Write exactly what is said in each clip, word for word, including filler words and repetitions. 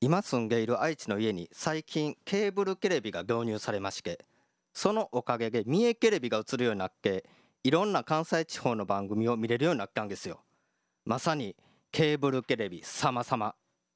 今住んでいる愛知の家に最近ケーブルテレビが導入されまして、そのおかげで三重テレビが映るようになって、いろんな関西地方の番組を見れるようになったんですよ。まさにケーブルテレビ様々。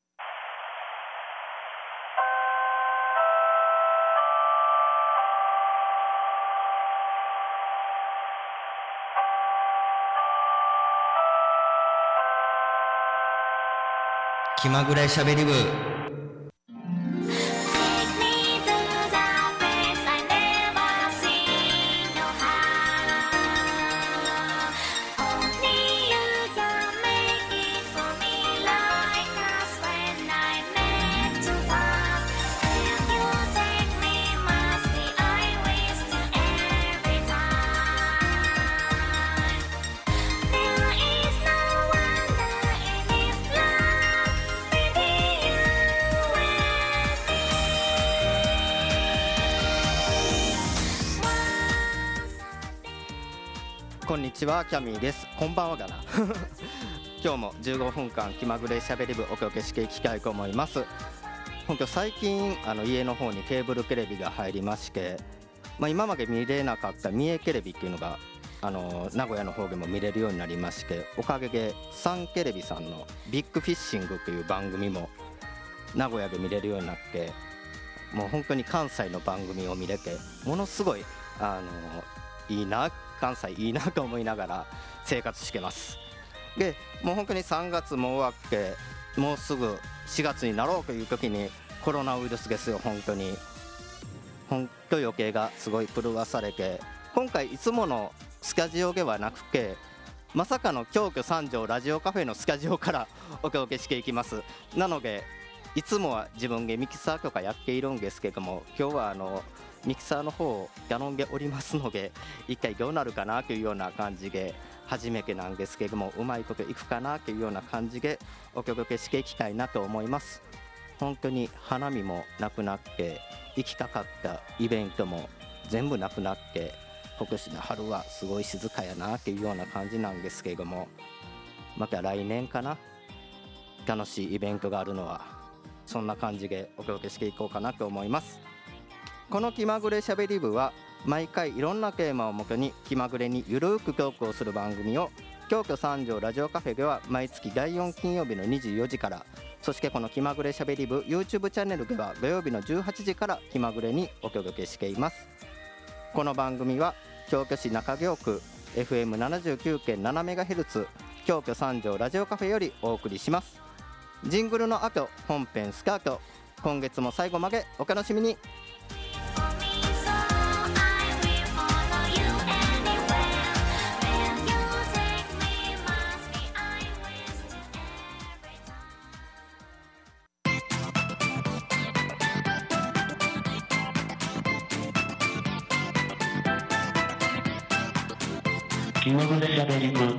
気まぐれしゃべり部。こんにちは、キャミーです。こんばんはかな今日もじゅうごふんかん気まぐれしゃべり部お届けしていきたいと思います。本当最近あの家の方にケーブルテレビが入りまして、まあ、今まで見れなかった三重テレビっていうのがあの名古屋の方でも見れるようになりまして、おかげでサンテレビさんのビッグフィッシングという番組も名古屋で見れるようになって、もう本当に関西の番組を見れて、ものすごいあのいいな、関西いいなと思いながら生活してます。でもう本当にさんがつも終わって、もうすぐしがつになろうという時にコロナウイルスですよ。本当に本当余計がすごい狂わされて、今回いつものスタジオではなくて、まさかの京都三条ラジオカフェのスタジオからお届けしていきます。なのでいつもは自分でミキサーとかやっているんですけども、今日はあのミキサーの方を頼んでおりますので、一体どうなるかなというような感じで、初めてなんですけどもうまいこといくかなというような感じでお届けしていきたいなと思います。本当に花見もなくなって、行きたかったイベントも全部なくなって、今年の春はすごい静かやなというような感じなんですけれども、また来年かな、楽しいイベントがあるのは、そんな感じでお届けしていこうかなと思います。この気まぐれしゃべり部は毎回いろんなテーマをもとに気まぐれにゆるくトークをする番組を、京都三条ラジオカフェでは毎月だいよん金曜日のにじゅうよじから、そしてこの気まぐれしゃべり部 YouTube チャンネルでは土曜日のじゅうはちじから気まぐれにお届けしています。この番組は京都市中京区 エフエムななじゅうきゅうてんななメガヘルツ 京都三条ラジオカフェよりお送りします。ジングルの後、本編スタート。今月も最後までお楽しみに。 気まぐれしゃべり部。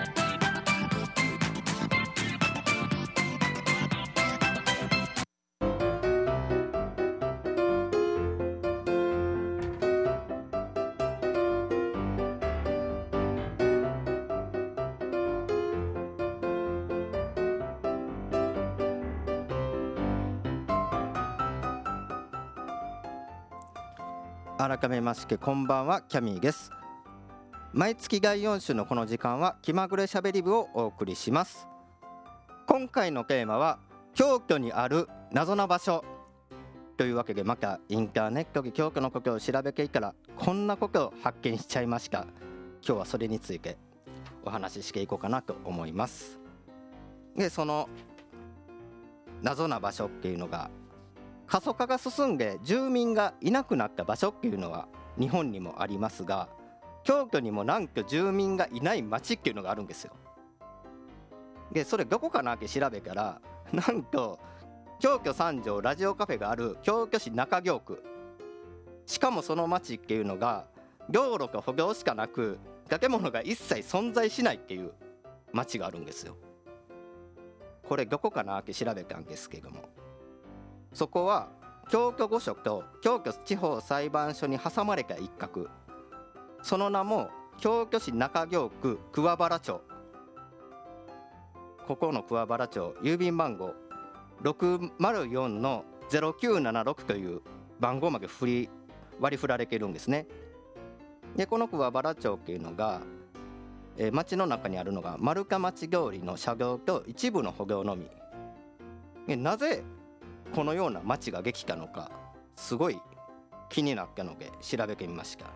改めましてこんばんは、キャミーです。毎月だいよん週のこの時間は気まぐれしゃべり部をお送りします。今回のテーマは京都にある謎な場所というわけで、またインターネットで京都のことを調べていたらこんなことを発見しちゃいました。今日はそれについてお話ししていこうかなと思います。でその謎な場所っていうのが、過疎化が進んで住民がいなくなった場所っていうのは日本にもありますが、京都にもなんと住民がいない町っていうのがあるんですよ。でそれどこかなって調べたら、なんと京都三条ラジオカフェがある京都市中京区、しかもその町っていうのが道路と歩道しかなく、建物が一切存在しないっていう町があるんですよ。これどこかなって調べたんですけども、そこは京都御所と京都地方裁判所に挟まれた一角、その名も京都市中京区桑原町。ここの桑原町、郵便番号ろくまるよんのゼロきゅうななろくという番号まで振り割り振られているんですね。でこの桑原町っていうのが、えー、町の中にあるのが丸太町通りの車道と一部の歩道のみ。でなぜこのような町ができたのかすごい気になったので調べてみました。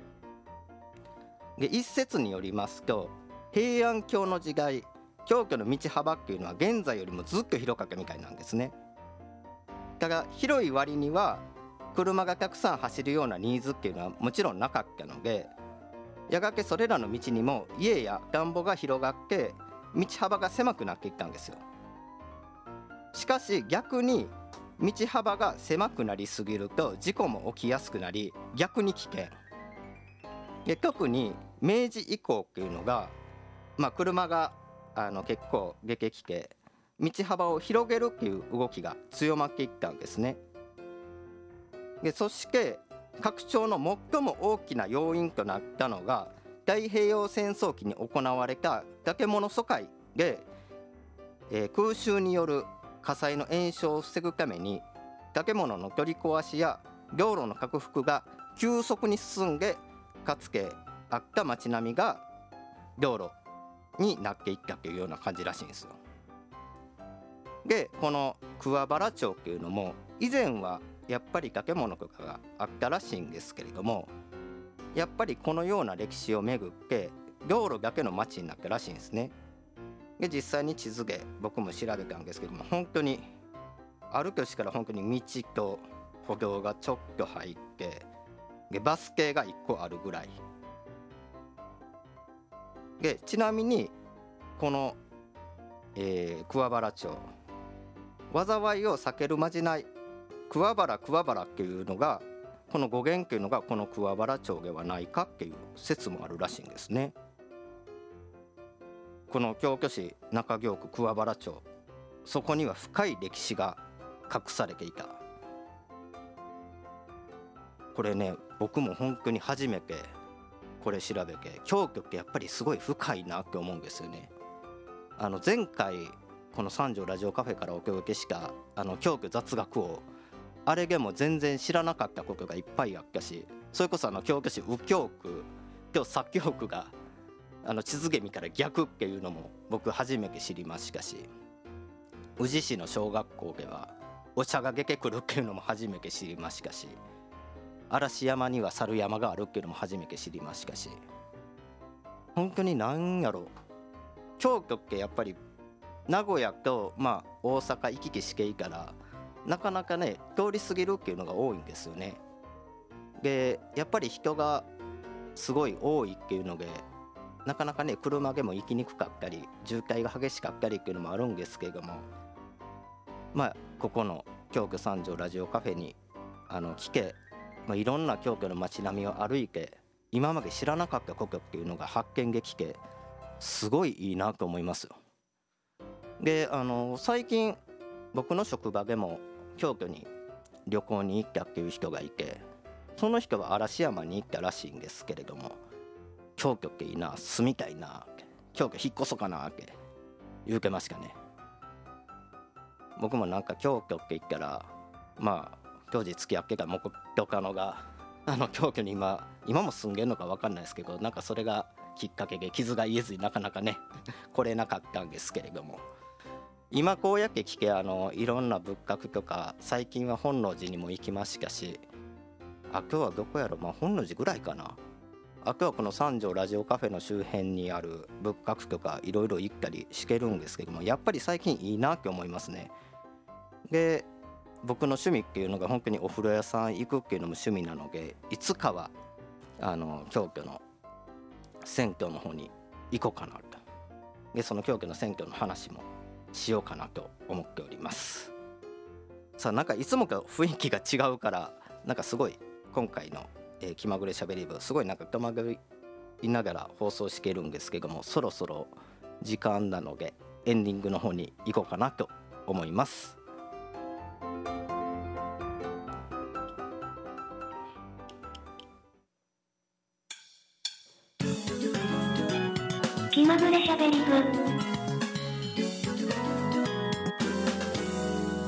で一説によりますと、平安京の時代、京都の道幅っていうのは現在よりもずっと広かったみたいなんですね。だから広い割には車がたくさん走るようなニーズっていうのはもちろんなかったので、やがてそれらの道にも家や田んぼが広がって道幅が狭くなっていったんですよ。しかし逆に道幅が狭くなりすぎると事故も起きやすくなり逆に危険で、特に明治以降っていうのが、まあ、車があの結構出てきて道幅を広げるっていう動きが強まっていったんですね。でそして拡張の最も大きな要因となったのが太平洋戦争期に行われた建物疎開で、えー、空襲による火災の延焼を防ぐために建物の取り壊しや道路の拡幅が急速に進んで、かつてあった街並みが道路になっていったというような感じらしいんですよ。でこの桑原町っていうのも以前はやっぱり建物とかがあったらしいんですけれども、やっぱりこのような歴史をめぐって道路だけの町になったらしいんですね。で実際に地図で僕も調べたんですけども、本当にある年から本当に道と歩道がちょっと入って、でバス停がいっこあるぐらいで、ちなみにこの、えー、桑原町、災いを避けるまじない桑原桑原っていうのが、この語源っていうのがこの桑原町ではないかっていう説もあるらしいんですね。この京都市中京区桑原町、そこには深い歴史が隠されていた。これね、僕も本当に初めてこれ調べて、京都ってやっぱりすごい深いなって思うんですよね。あの前回この三条ラジオカフェからお届けしたあの京都雑学を、あれでも全然知らなかったことがいっぱいあったし、それこそあの京都市右京区と左京区があの地図で見たら逆っていうのも僕初めて知りましたし、宇治市の小学校ではお茶が出てくるっていうのも初めて知りましたし、嵐山には猿山があるっていうのも初めて知りましたし、本当になんやろ、京都ってやっぱり名古屋と、まあ、大阪行き来しけいからなかなかね通り過ぎるっていうのが多いんですよね。でやっぱり人がすごい多いっていうので、なかなかね車でも行きにくかったり渋滞が激しかったりっていうのもあるんですけれども、まあここの京都三条ラジオカフェにあの来て、まあ、いろんな京都の街並みを歩いて今まで知らなかったことっていうのが発見できて、すごいいいなと思いますよ。であの最近僕の職場でも京都に旅行に行ったっていう人がいて、その人は嵐山に行ったらしいんですけれども、京都っていいな、住みたいな、京都引っ越そうかなって言うてましたね。僕もなんか京都って言ったら、まあ当時付き合ってた元カノがあの京都に今今も住んでるのか分かんないですけど、なんかそれがきっかけで傷が癒えずになかなかね来れなかったんですけれども、今こうやって聞け、あのいろんな仏閣とか最近は本能寺にも行きましたし、あ今日はどこやろ、まあ本能寺ぐらいかな、あとはこの三条ラジオカフェの周辺にある仏閣とかいろいろ行ったりしてるんですけども、やっぱり最近いいなって思いますね。で僕の趣味っていうのが本当にお風呂屋さん行くっていうのも趣味なので、いつかはあの京都の銭湯の方に行こうかなと、でその京都の銭湯の話もしようかなと思っております。さあなんかいつもと雰囲気が違うから、なんかすごい今回の、えー、気まぐれしゃべり部すごいなんか戸惑いながら放送しているんですけども、そろそろ時間なのでエンディングの方に行こうかなと思います。 気まぐれしゃべり部。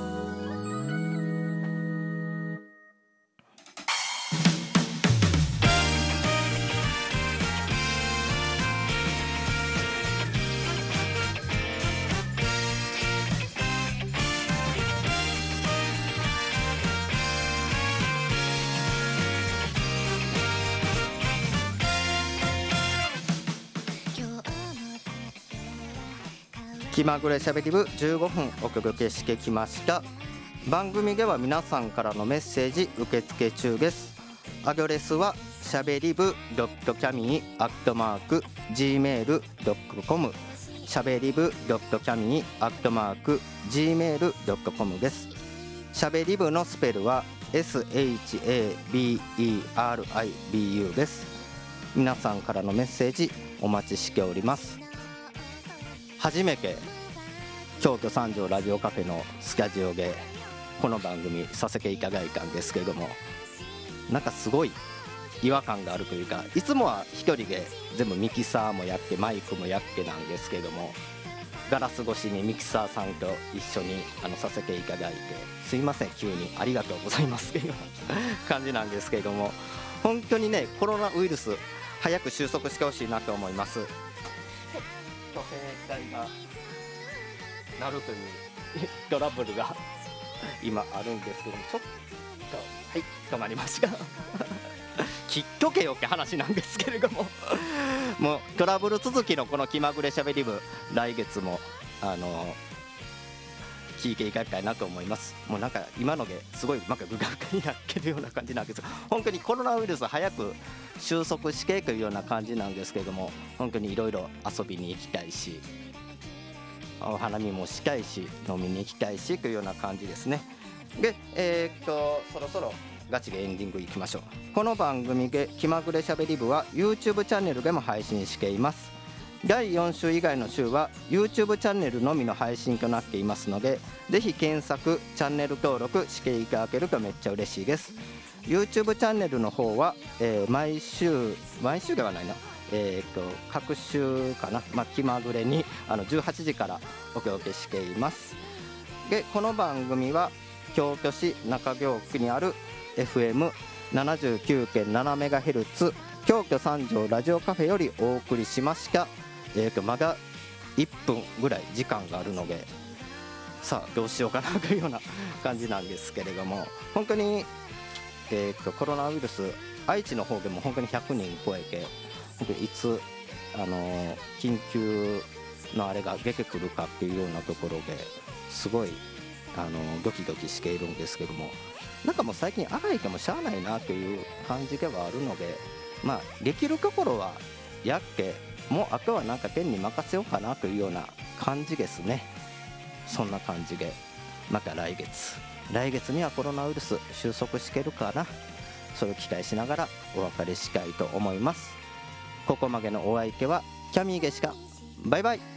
気まぐれしゃべり部じゅうごふんお届けしてきました。番組では皆さんからのメッセージ受付中です。アドレスはしゃべり部 .キャミー アットマーク ジーメール ドットコム しゃべり部 .キャミー アットマーク ジーメール ドットコム です。しゃべり部のスペルは エスエイチエービーイーアールアイビーユー です。皆さんからのメッセージお待ちしております。初めて京都三条ラジオカフェのスタジオでこの番組させていただいたんですけれども、なんかすごい違和感があるというか、いつもは一人で全部ミキサーもやってマイクもやってなんですけれども、ガラス越しにミキサーさんと一緒にあのさせていただいて、すいません急にありがとうございますという感じなんですけれども、本当にねコロナウイルス早く収束してほしいなと思います。虚勢体がなるというトラブルが今あるんですけども、ちょっとはい止まりました切っとけよって話なんですけれどももうトラブル続きのこの気まぐれしゃべり部、来月もあの聞いていただきたいなと思います。もうなんか今のですごいなんか具が深になってるような感じなんですが、本当にコロナウイルス早く収束していくような感じなんですけれども、本当にいろいろ遊びに行きたいし、お花見もしたいし、飲みに行きたいしというような感じですね。で、えー、っとそろそろガチでエンディングいきましょう。この番組で気まぐれしゃべり部は YouTube チャンネルでも配信しています。だいよん週以外の週は YouTube チャンネルのみの配信となっていますので、ぜひ検索チャンネル登録していただけるとめっちゃ嬉しいです。 YouTube チャンネルの方は、えー、毎週毎週ではないなえー、と各週かな、まあ、気まぐれにあのじゅうはちじからお届けしています。でこの番組は京都市中京区にある エフエムななじゅうきゅうてんななメガヘルツ 京都三条ラジオカフェよりお送りしました。えー、とまだいっぷんぐらい時間があるので、さあどうしようかなというような感じなんですけれども、本当に、えー、とコロナウイルス愛知の方でも本当にひゃくにん超えて、いつ、あの緊急のあれが出てくるかっていうようなところですごい、あのドキドキしているんですけども、なんかもう最近あがいてもしゃあないなという感じではあるので、まあできるところはやって、もうあとはなんか天に任せようかなというような感じですね。そんな感じでまた来月来月にはコロナウイルス収束してるかな、それを期待しながらお別れしたいと思います。ここまでのお相手はキャミーゲシカ。バイバイ。